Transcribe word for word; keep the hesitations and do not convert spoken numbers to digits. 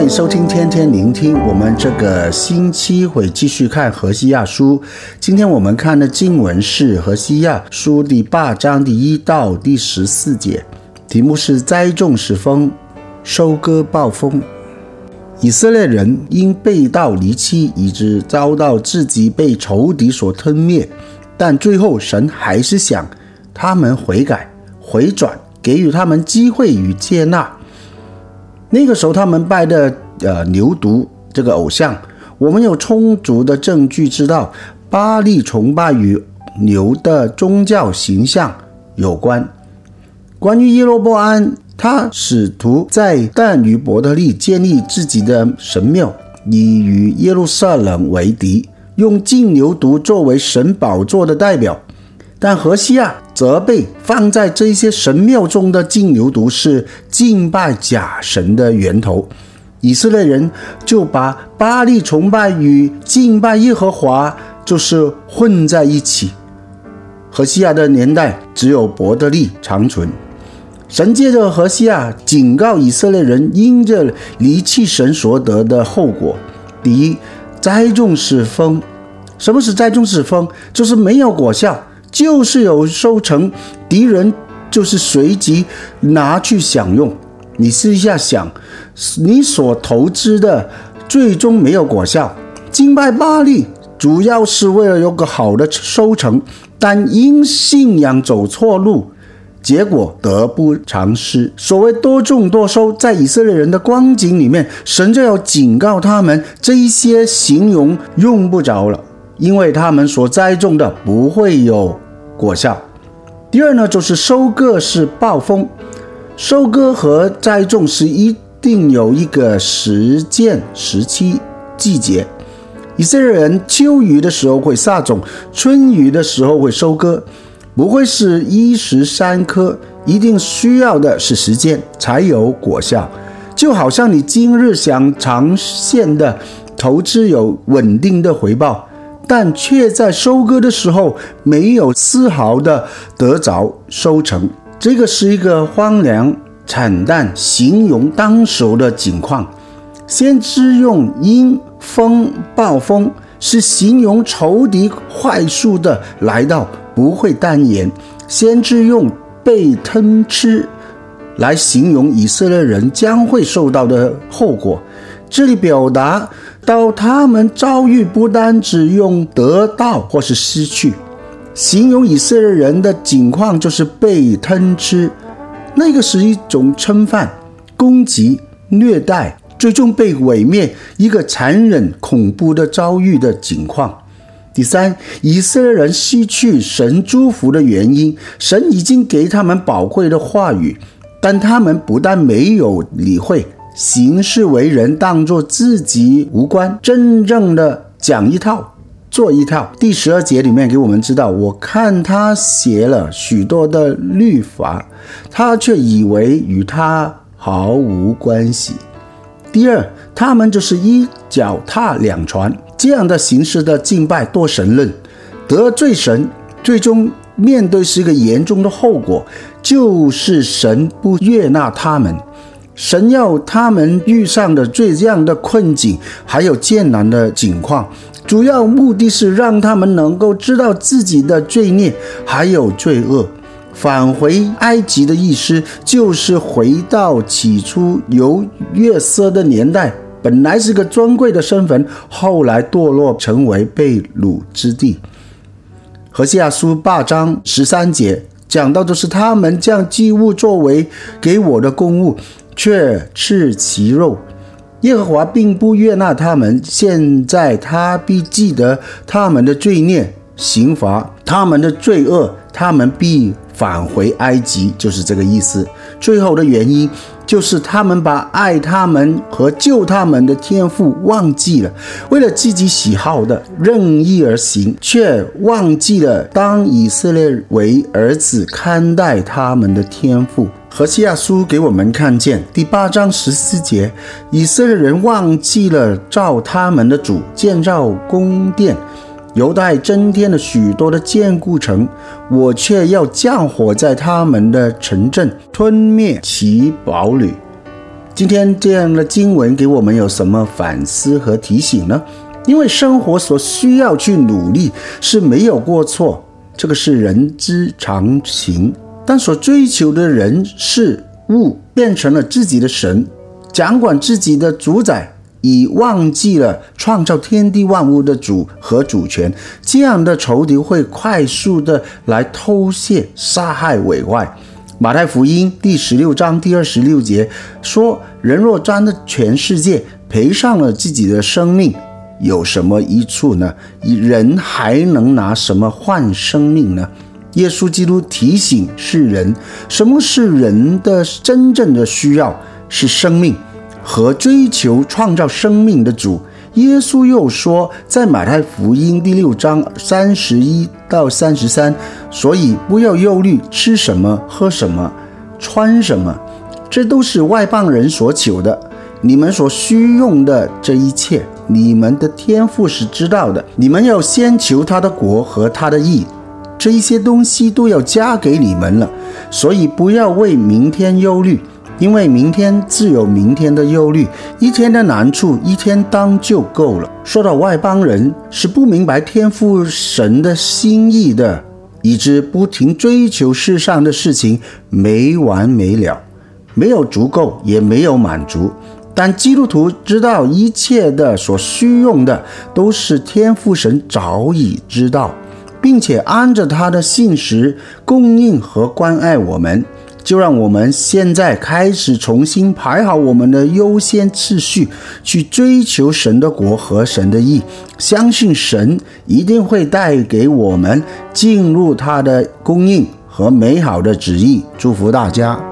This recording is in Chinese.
迎收听天天聆听，我们这个星期会继续看何西阿书。今天我们看的经文是何西阿书第八章第一到第十四节，题目是栽种时风，收割暴风。以色列人因背道离弃，以致遭到自己被仇敌所吞灭，但最后神还是想他们悔改回转，给予他们机会与接纳。那个时候他们拜的呃牛犊这个偶像，我们有充足的证据知道巴力崇拜与牛的宗教形象有关。关于耶罗波安，他使徒在但与伯特利建立自己的神庙，以与耶路撒冷为敌，用金牛犊作为神宝座的代表。但何西阿责备放在这些神庙中的金牛犊是敬拜假神的源头，以色列人就把巴力崇拜与敬拜耶和华就是混在一起。何西阿的年代只有伯特利长存。神借着何西阿警告以色列人因着离弃神所得的后果。第一，栽种使风。什么是栽种使风？就是没有果效，就是有收成，敌人就是随即拿去享用。你试一下想，你所投资的最终没有果效。敬拜巴力主要是为了有个好的收成，但因信仰走错路，结果得不偿失。所谓多种多收，在以色列人的光景里面，神就要警告他们，这一些形容用不着了，因为他们所栽种的不会有果效。第二呢，就是收割是暴风。收割和栽种是一定有一个时间时期季节。以色列人秋雨的时候会撒种，春雨的时候会收割，不会是一时三刻，一定需要的是时间才有果效。就好像你今日想长线的投资有稳定的回报，但却在收割的时候没有丝毫的得着收成，这个是一个荒凉惨淡形容当时的景况。先知用阴风暴风是形容仇敌快速的来到，不会单言。先知用被吞吃来形容以色列人将会受到的后果。这里表达到他们遭遇不单只用得到或是失去，形容以色列人的境况就是被吞吃，那个是一种侵犯、攻击、虐待，最终被毁灭，一个残忍恐怖的遭遇的境况。第三，以色列人失去神祝福的原因，神已经给他们宝贵的话语，但他们不但没有理会，行事为人当作自己无关，真正的讲一套做一套。第十二节里面给我们知道，我看他写了许多的律法，他却以为与他毫无关系。第二，他们就是一脚踏两船，这样的形式的敬拜多神论，得罪神，最终面对是一个严重的后果，就是神不悦纳他们。神要他们遇上的这样的困境还有艰难的境况，主要目的是让他们能够知道自己的罪孽还有罪恶。返回埃及的意思就是回到起初由约瑟的年代，本来是个尊贵的身份，后来堕落成为被掳之地。何西阿书八章十三节讲到的是他们将祭物作为给我的供物，却吃其肉。耶和华并不悦纳他们，现在他必记得他们的罪孽，刑罚他们的罪恶，他们必返回埃及，就是这个意思。最后的原因就是他们把爱他们和救他们的天父忘记了，为了自己喜好的任意而行，却忘记了当以色列为儿子看待他们的天父。何西阿书给我们看见第八章十四节，以色列人忘记了照他们的主建造宫殿，犹大增添了许多的坚固城，我却要降火在他们的城镇，吞灭其堡垒。 今天这样的经文给我们有什么反思和提醒呢？因为生活所需要去努力是没有过错，这个是人之常情，但所追求的人事物变成了自己的神，掌管自己的主宰，已忘记了创造天地万物的主和主权，这样的仇敌会快速的来偷窃、杀害、毁坏。马太福音第十六章第二十六节说，人若赚了全世界，赔上了自己的生命，有什么益处呢？人还能拿什么换生命呢？耶稣基督提醒世人，什么是人的真正的需要，是生命和追求创造生命的主。耶稣又说，在马太福音第六章三十一到三十三，所以不要忧虑吃什么、喝什么、穿什么，这都是外邦人所求的。你们所需用的这一切，你们的天父是知道的。你们要先求他的国和他的义，这一些东西都要加给你们了。所以不要为明天忧虑，因为明天自有明天的忧虑，一天的难处一天当就够了。说到外邦人是不明白天父神的心意的，以致不停追求世上的事情，没完没了，没有足够也没有满足。但基督徒知道一切的所需用的都是天父神早已知道，并且按着他的信实供应和关爱我们。就让我们现在开始重新排好我们的优先次序，去追求神的国和神的义，相信神一定会带给我们进入他的供应和美好的旨意。祝福大家。